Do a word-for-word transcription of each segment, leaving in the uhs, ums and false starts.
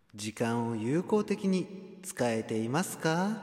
時間を有効的に使えていますか？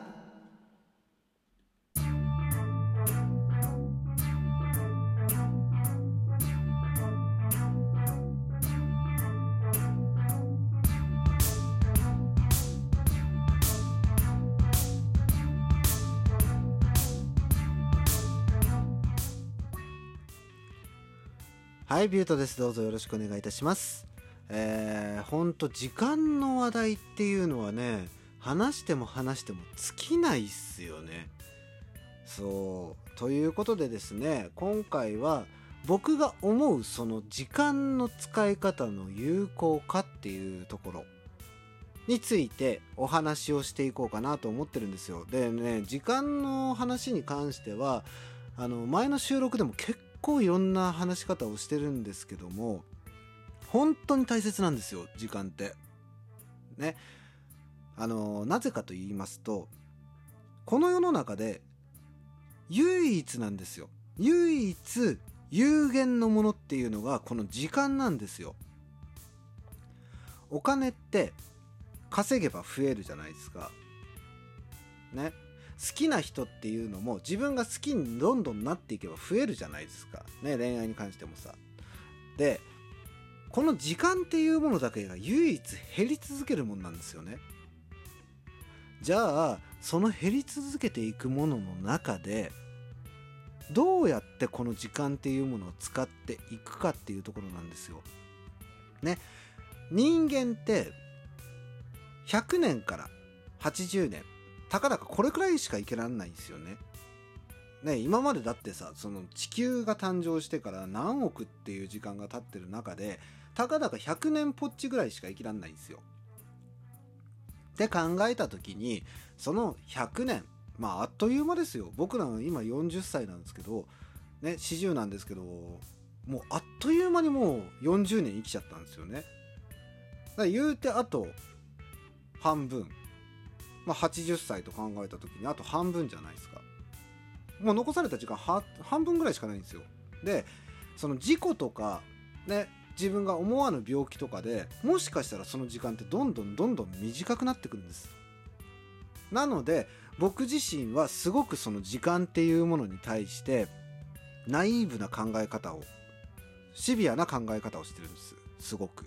はい、ビュートです。どうぞよろしくお願いいたします。えー、ほんと時間の話題っていうのはね、話しても話しても尽きないっすよね。そうということでですね、今回は僕が思うその時間の使い方の有効化っていうところについてお話をしていこうかなと思ってるんですよ。でね、時間の話に関してはあの前の収録でも結構いろんな話し方をしてるんですけども、本当に大切なんですよ、時間ってね。あのなぜかと言いますと、この世の中で唯一なんですよ、唯一有限のものっていうのがこの時間なんですよ。お金って稼げば増えるじゃないですかね。好きな人っていうのも自分が好きにどんどんなっていけば増えるじゃないですかね、恋愛に関してもさ。でこの時間っていうものだけが唯一減り続けるものなんですよね。じゃあその減り続けていくものの中でどうやってこの時間っていうものを使っていくかっていうところなんですよね。人間ってひゃくねんからはちじゅうねん、たかだかこれくらいしか生きられないんですよね。ね、今までだってさ、その地球が誕生してから何億っていう時間が経ってる中で、たかだかひゃくねんぽっちぐらいしか生きられないんですよ。って考えた時に、そのひゃくねん、まああっという間ですよ。僕らは今よんじゅっさいなんですけどね、よんじゅうなんですけど、もうあっという間にもうよんじゅうねん生きちゃったんですよね。だから言うてあと半分、まあ、はちじゅっさいと考えた時にあと半分じゃないですか。もう残された時間は半分ぐらいしかないんですよ。でその事故とかね、自分が思わぬ病気とかでもしかしたらその時間ってどんどんどんどん短くなってくるんです。なので僕自身はすごくその時間っていうものに対してナイーブな考え方を、シビアな考え方をしてるんです。すごく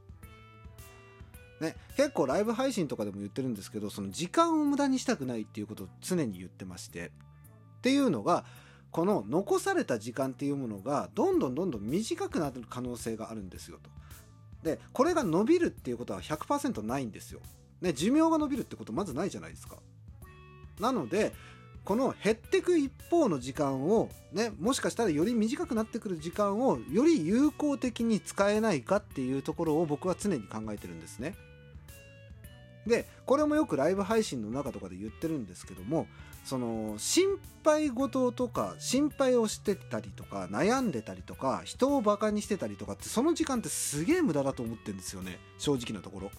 ね、結構ライブ配信とかでも言ってるんですけど、その時間を無駄にしたくないっていうことを常に言ってまして、っていうのがこの残された時間っていうものがどんどんどんどん短くなる可能性があるんですよと。でこれが伸びるっていうことは ひゃくパーセント ないんですよ、ね、寿命が伸びるってことまずないじゃないですか。なのでこの減ってく一方の時間をね、もしかしたらより短くなってくる時間をより有効的に使えないかっていうところを僕は常に考えてるんですね。でこれもよくライブ配信の中とかで言ってるんですけども、その心配事とか心配をしてたりとか悩んでたりとか人をバカにしてたりとかって、その時間ってすげえ無駄だと思ってるんですよね、正直なところ。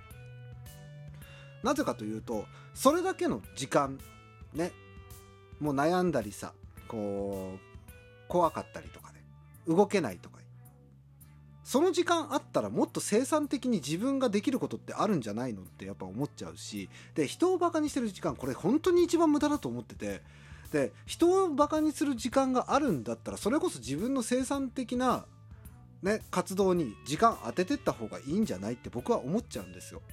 なぜかというと、それだけの時間ね、もう悩んだりさ、こう怖かったりとかね、動けないとか、その時間あったらもっと生産的に自分ができることってあるんじゃないのってやっぱ思っちゃうし、で人をバカにしてる時間、これ本当に一番無駄だと思ってて、で人をバカにする時間があるんだったらそれこそ自分の生産的な、ね、活動に時間当ててった方がいいんじゃないって僕は思っちゃうんですよ。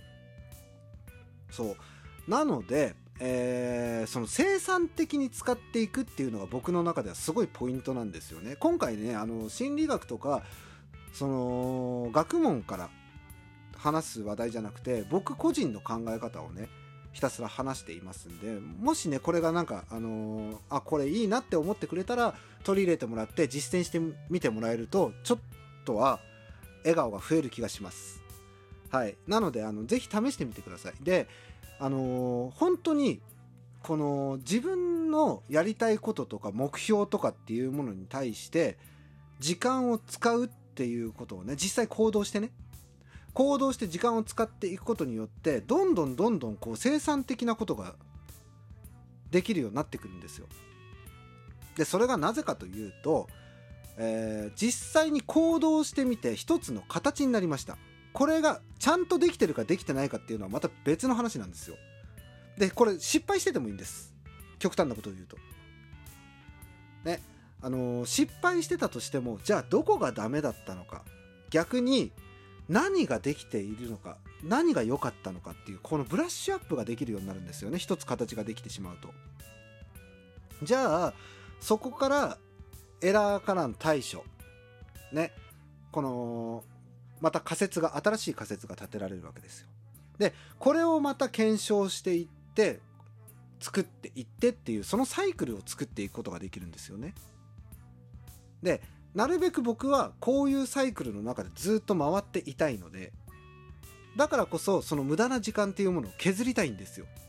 そうなので、えー、その生産的に使っていくっていうのが僕の中ではすごいポイントなんですよね。今回ね、あの心理学とかその学問から話す話題じゃなくて、僕個人の考え方をねひたすら話していますんで、もしねこれがなんかあのー、あこれいいなって思ってくれたら取り入れてもらって実践してみてもらえるとちょっとは笑顔が増える気がします。はい、なのであのぜひ試してみてください。であのー、本当にこの自分のやりたいこととか目標とかっていうものに対して時間を使うっていうことをね、実際行動してね行動して時間を使っていくことによってどんどんどんどんこう生産的なことができるようになってくるんですよ。でそれがなぜかというと、えー、実際に行動してみて一つの形になりました。 これがちゃんとできてるかできてないかっていうのはまた別の話なんですよ。でこれ失敗しててもいいんです。極端なことを言うとね、あのー、失敗してたとしても、じゃあどこがダメだったのか、逆に何ができているのか、何が良かったのかっていうこのブラッシュアップができるようになるんですよね。一つ形ができてしまうと。じゃあそこからエラーからの対処ね、このまた仮説が新しい仮説が立てられるわけですよ。でこれをまた検証していって作っていってっていう、そのサイクルを作っていくことができるんですよね。でなるべく僕はこういうサイクルの中でずっと回っていたいので、だからこそその無駄な時間っていうものを削りたいんですよ。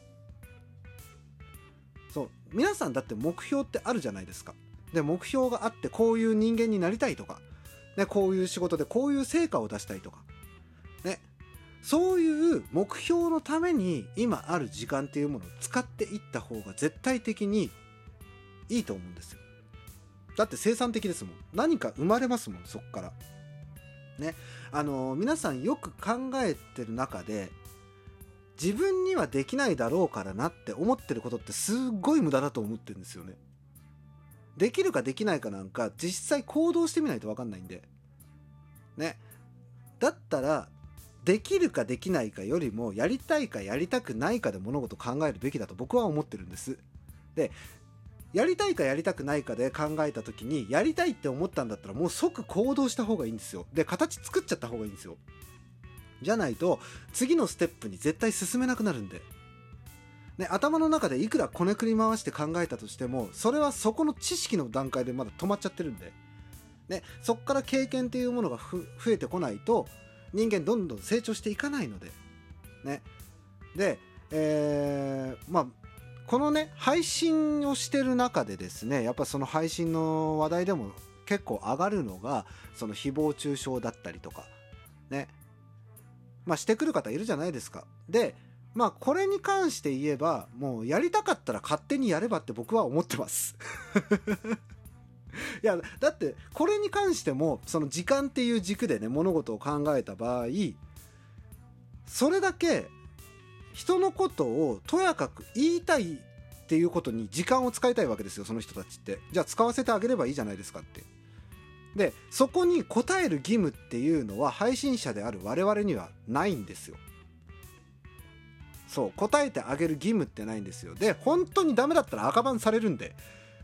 そう皆さんだって目標ってあるじゃないですか。で目標があって、こういう人間になりたいとか、ね、こういう仕事でこういう成果を出したいとかね、そういう目標のために今ある時間っていうものを使っていった方が絶対的にいいと思うんですよ。だって生産的ですもん。何か生まれますもん、そっからね。あのー、皆さんよく考えてる中で、自分にはできないだろうからなって思ってることってすっごい無駄だと思ってるんですよね。できるかできないかなんか実際行動してみないと分かんないんでね。だったらできるかできないかよりも、やりたいかやりたくないかで物事を考えるべきだと僕は思ってるんです。でやりたいかやりたくないかで考えた時に、やりたいって思ったんだったらもう即行動した方がいいんですよ。で形作っちゃった方がいいんですよ。じゃないと次のステップに絶対進めなくなるんでね。頭の中でいくらこねくり回して考えたとしても、それはそこの知識の段階でまだ止まっちゃってるんでね。そっから経験っていうものがふ増えてこないと人間どんどん成長していかないのでね。で、えー、まあこのね配信をしてる中でですね、やっぱその配信の話題でも結構上がるのが、その誹謗中傷だったりとかね、まあしてくる方いるじゃないですか。でまあこれに関して言えば、もうやりたかったら勝手にやればって僕は思ってますいやだってこれに関しても、その時間っていう軸でね物事を考えた場合、それだけ人のことをとやかく言いたいっていうことに時間を使いたいわけですよ、その人たちって。じゃあ使わせてあげればいいじゃないですかって。でそこに応える義務っていうのは配信者である我々にはないんですよ。そう答えてあげる義務ってないんですよ。で本当にダメだったら赤バンされるんで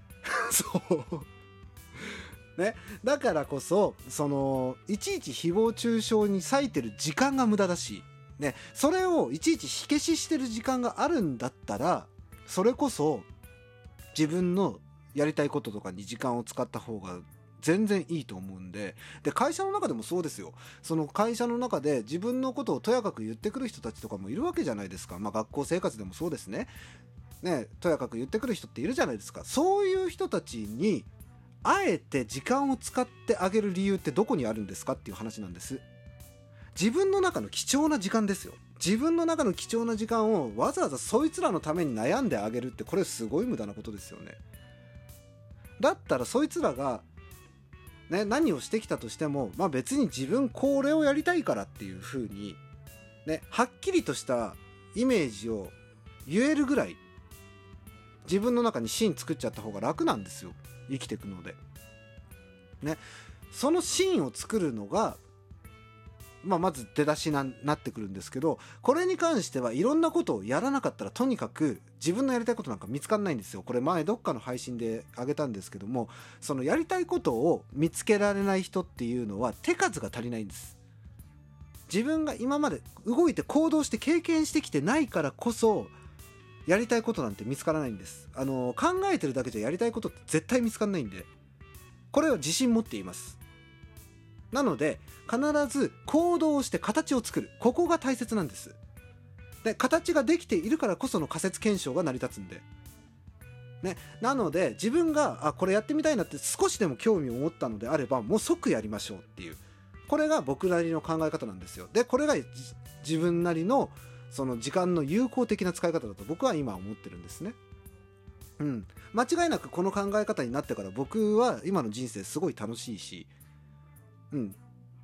そうね。だからこそ、そのいちいち誹謗中傷に割いてる時間が無駄だしね、それをいちいち火消ししてる時間があるんだったら、それこそ自分のやりたいこととかに時間を使った方が全然いいと思うんで。で会社の中でもそうですよ。その会社の中で自分のことをとやかく言ってくる人たちとかもいるわけじゃないですか。まあ学校生活でもそうですね。ね、とやかく言ってくる人っているじゃないですか。そういう人たちにあえて時間を使ってあげる理由ってどこにあるんですかっていう話なんです。自分の中の貴重な時間ですよ。自分の中の貴重な時間をわざわざそいつらのために悩んであげるって、これすごい無駄なことですよね。だったらそいつらがね、何をしてきたとしても、まあ別に自分これをやりたいからっていう風にね、はっきりとしたイメージを言えるぐらい自分の中にシーン作っちゃった方が楽なんですよ、生きていくのでね。そのシーンを作るのがまあ、まず出だしになってくるんですけど、これに関してはいろんなことをやらなかったらとにかく自分のやりたいことなんか見つかんないんですよ。これ前どっかの配信であげたんですけども、そのやりたいことを見つけられない人っていうのは手数が足りないんです。自分が今まで動いて行動して経験してきてないからこそやりたいことなんて見つからないんです。あの考えてるだけじゃやりたいことって絶対見つかんないんで、これは自信持っています。なので必ず行動をして形を作る、ここが大切なんです。で形ができているからこその仮説検証が成り立つんで、ね、なので自分があこれやってみたいなって少しでも興味を持ったのであればもう即やりましょうっていう、これが僕なりの考え方なんですよ。でこれが自分なりのその時間の有効的な使い方だと僕は今思ってるんですね。うん、間違いなくこの考え方になってから僕は今の人生すごい楽しいし、うん、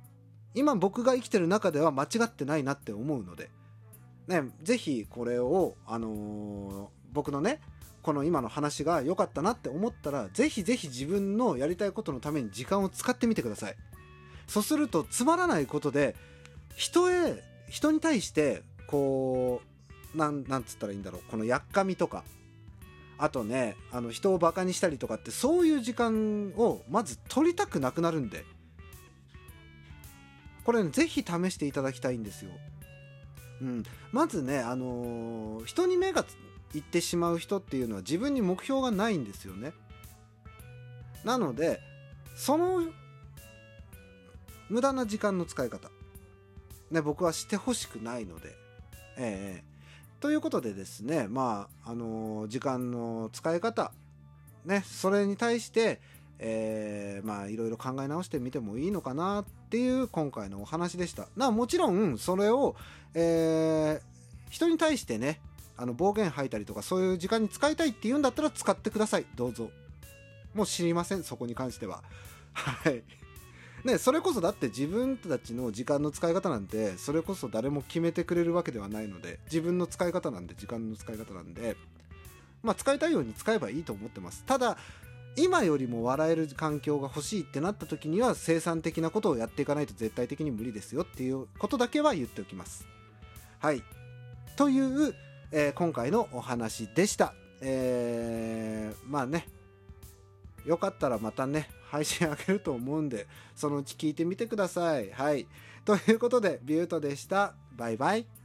今僕が生きてる中では間違ってないなって思うので、ね、ぜひこれを、あのー、僕のねこの今の話が良かったなって思ったら、ぜひぜひ自分のやりたいことのために時間を使ってみてください。そうするとつまらないことで人へ人に対してこうなんなんつったらいいんだろう、このやっかみとか、あとねあの人をバカにしたりとかって、そういう時間をまず取りたくなくなるんで、これ、ね、ぜひ試していただきたいんですよ。うん、まずね、あのー、人に目がいってしまう人っていうのは自分に目標がないんですよね。なのでその無駄な時間の使い方、ね、僕はしてほしくないので、えー、ということでですね、まああのー、時間の使い方ね、それに対して、えー、まあいろいろ考え直してみてもいいのかなっていう今回のお話でした。なもちろんそれを、えー、人に対してねあの暴言吐いたりとかそういう時間に使いたいっていうんだったら使ってください、どうぞ。もう知りません、そこに関しては。はいね、それこそだって自分たちの時間の使い方なんてそれこそ誰も決めてくれるわけではないので、自分の使い方なんで、時間の使い方なんで、まあ使いたいように使えばいいと思ってます。ただ今よりも笑える環境が欲しいってなった時には生産的なことをやっていかないと絶対的に無理ですよっていうことだけは言っておきます。はいという、えー、今回のお話でした。えー、まあねよかったらまたね配信あげると思うんで、そのうち聞いてみてください。はいということでビュートでした。バイバイ。